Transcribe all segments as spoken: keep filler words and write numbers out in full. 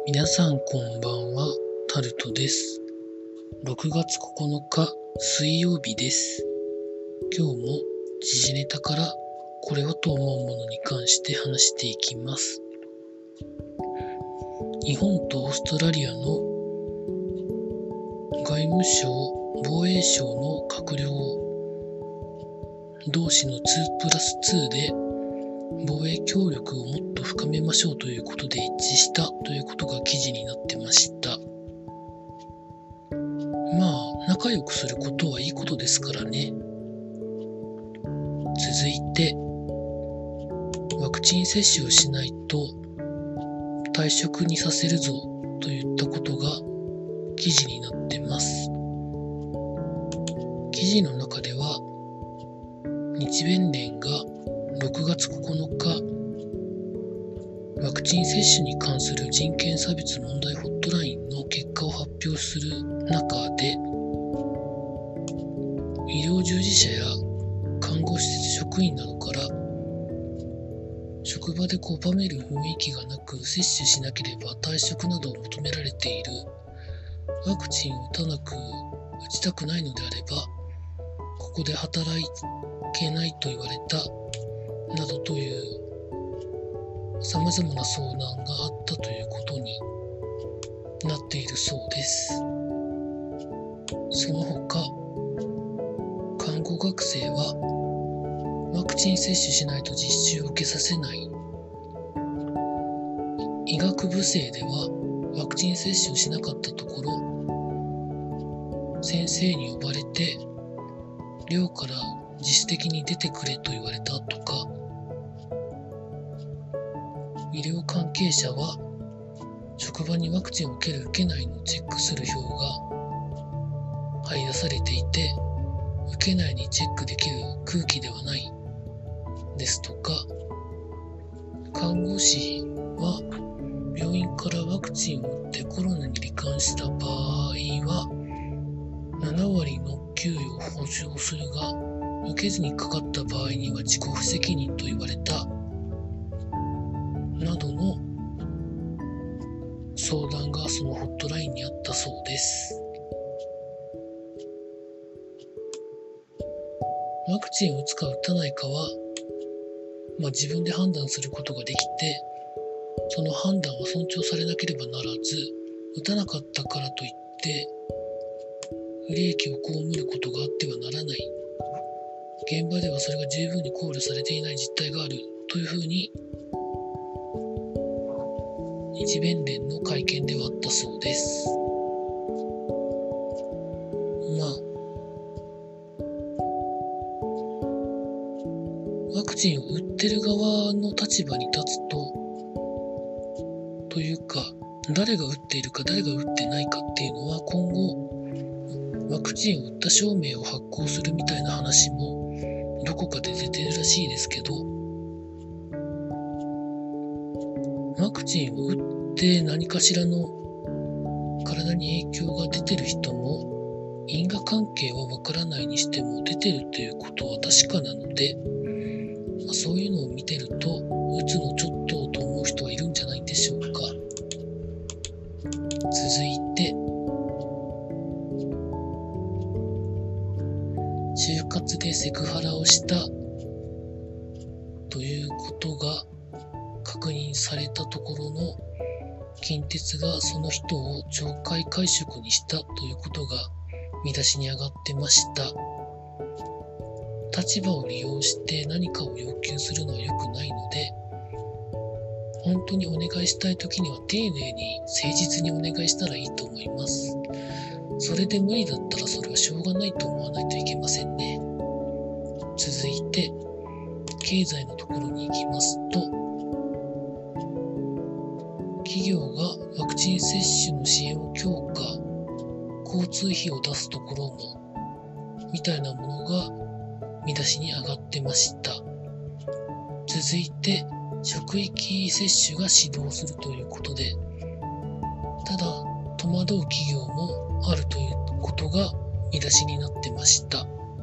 皆さんこんばんは、タルトです。ろくがつここのか水曜日です。今日も時事ネタからこれはと思うものに関して話していきます。日本とオーストラリアの外務省、防衛省の閣僚同士のにプラスにで防衛協力をもっと深めましょうということで一致したということが記事になってました。まあ仲良くすることはいいことですからね。続いて、ワクチン接種をしないと退職にさせるぞといったことが記事になってます。記事の中では、日弁連がろくがつここのかワクチン接種に関する人権差別問題ホットラインの結果を発表する中で、医療従事者や看護施設職員などから職場で拒める雰囲気がなく、接種しなければ退職などを求められている、ワクチンを打たなく打ちたくないのであればここで働けないと言われたなどという様々な相談があったということになっているそうです。その他、看護学生はワクチン接種しないと実習を受けさせない。医学部生ではワクチン接種をしなかったところ、先生に呼ばれて寮から自主的に出てくれと言われたとか、医療関係者は職場にワクチンを受ける受けないのをチェックする表が貼り出されていて、受けないにチェックできる空気ではないですとか、看護師は病院からワクチンを打ってコロナに罹患した場合はななわりの給与を補償するが、受けずにかかった場合には自己責任と言われたなどの相談がそのホットラインにあったそうです。ワクチンを打つか打たないかは、まあ、自分で判断することができて、その判断は尊重されなければならず、打たなかったからといって不利益を被ることがあってはならない。現場ではそれが十分に考慮されていない実態があるというふうに日弁連の会見ではあったそうです。まあワクチンを打ってる側の立場に立つとというか、誰が打っているか誰が打ってないかっていうのは今後ワクチンを打った証明を発行するみたいな話もどこかで出てるらしいですけど、ワクチンを打って何かしらの体に影響が出てる人も因果関係はわからないにしても出てるということは確かなので、まあ、そういうのを見てると打つのちょっとと思う人はいるんじゃないでしょうか。続いて、就活でセクハラをしたということが確認されたところの近鉄がその人を懲戒解職にしたということが見出しに上がってました。立場を利用して何かを要求するのは良くないので、本当にお願いしたいときには丁寧に誠実にお願いしたらいいと思います。それで無理だったらそれはしょうがないと思わないといけませんね。続いて、経済のところに行きますと、企業がワクチン接種の支援を強化、交通費を出すところもみたいなものが見出しに上がってました。続いて、職域接種が始動するということで、ただ戸惑う企業もあるということが見出しになってました。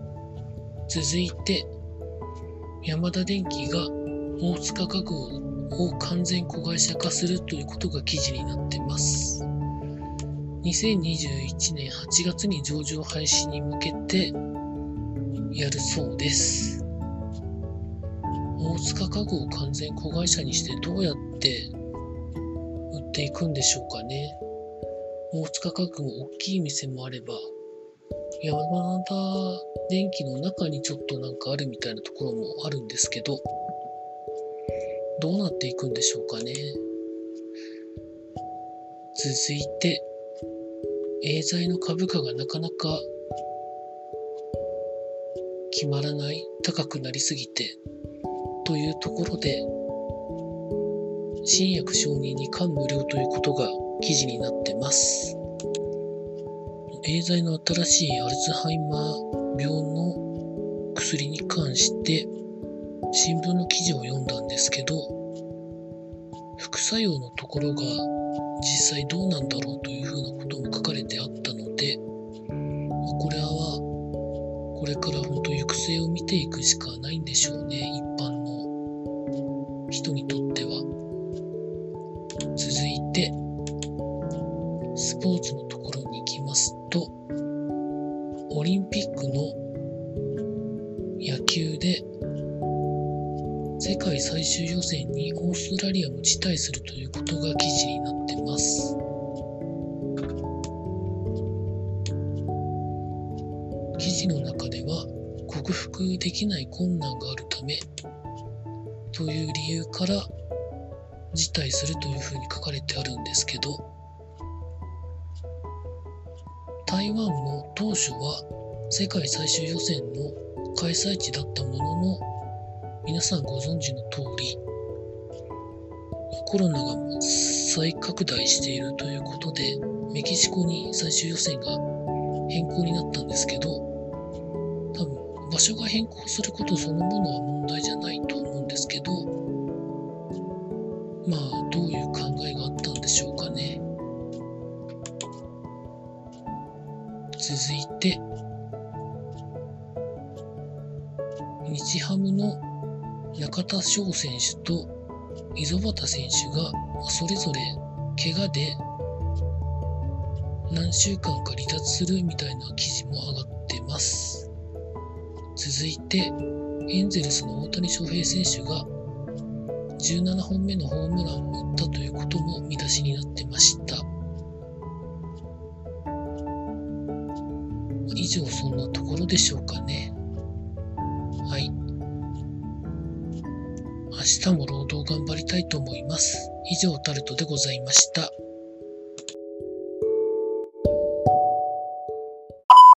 続いて、ヤマダ電機が大塚家具をを完全子会社化するということが記事になっています。にせんにじゅういちねんはちがつに上場廃止に向けてやるそうです。大塚家具を完全子会社にしてどうやって売っていくんでしょうかね。大塚家具も大きい店もあれば、山田電機の中にちょっとなんかあるみたいなところもあるんですけど、どうなっていくんでしょうかね。続いて、エーザイの株価がなかなか決まらない、高くなりすぎてというところで、新薬承認に感無量ということが記事になってます。エーザイの新しいアルツハイマー病の薬に関して新聞の記事を読んだんですけど、副作用のところが実際どうなんだろうというふうなことも書かれてあったので、これはこれから本当行く末を見ていくしかないんでしょうね、一般の人にとっては。続いてスポーツのところに行きますと、オリンピックの野球で世界最終予選にオーストラリアも辞退するということが記事になってます。記事の中では克服できない困難があるためという理由から辞退するというふうに書かれてあるんですけど、台湾も当初は世界最終予選の開催地だったものの、皆さんご存知の通りコロナが再拡大しているということで、メキシコに最終予選が変更になったんですけど、多分場所が変更することそのものは問題じゃないと思うんですけど、まあどういう考えがあったんでしょうかね。続いて日ハムの中田翔選手と溝端選手がそれぞれ怪我で何週間か離脱するみたいな記事も上がってます。続いてエンゼルスの大谷翔平選手がじゅうななほんめのホームランを打ったということも見出しになってました。以上そんなところでしょうかね。はい。明日も労働頑張りたいと思います。以上タルトでございました。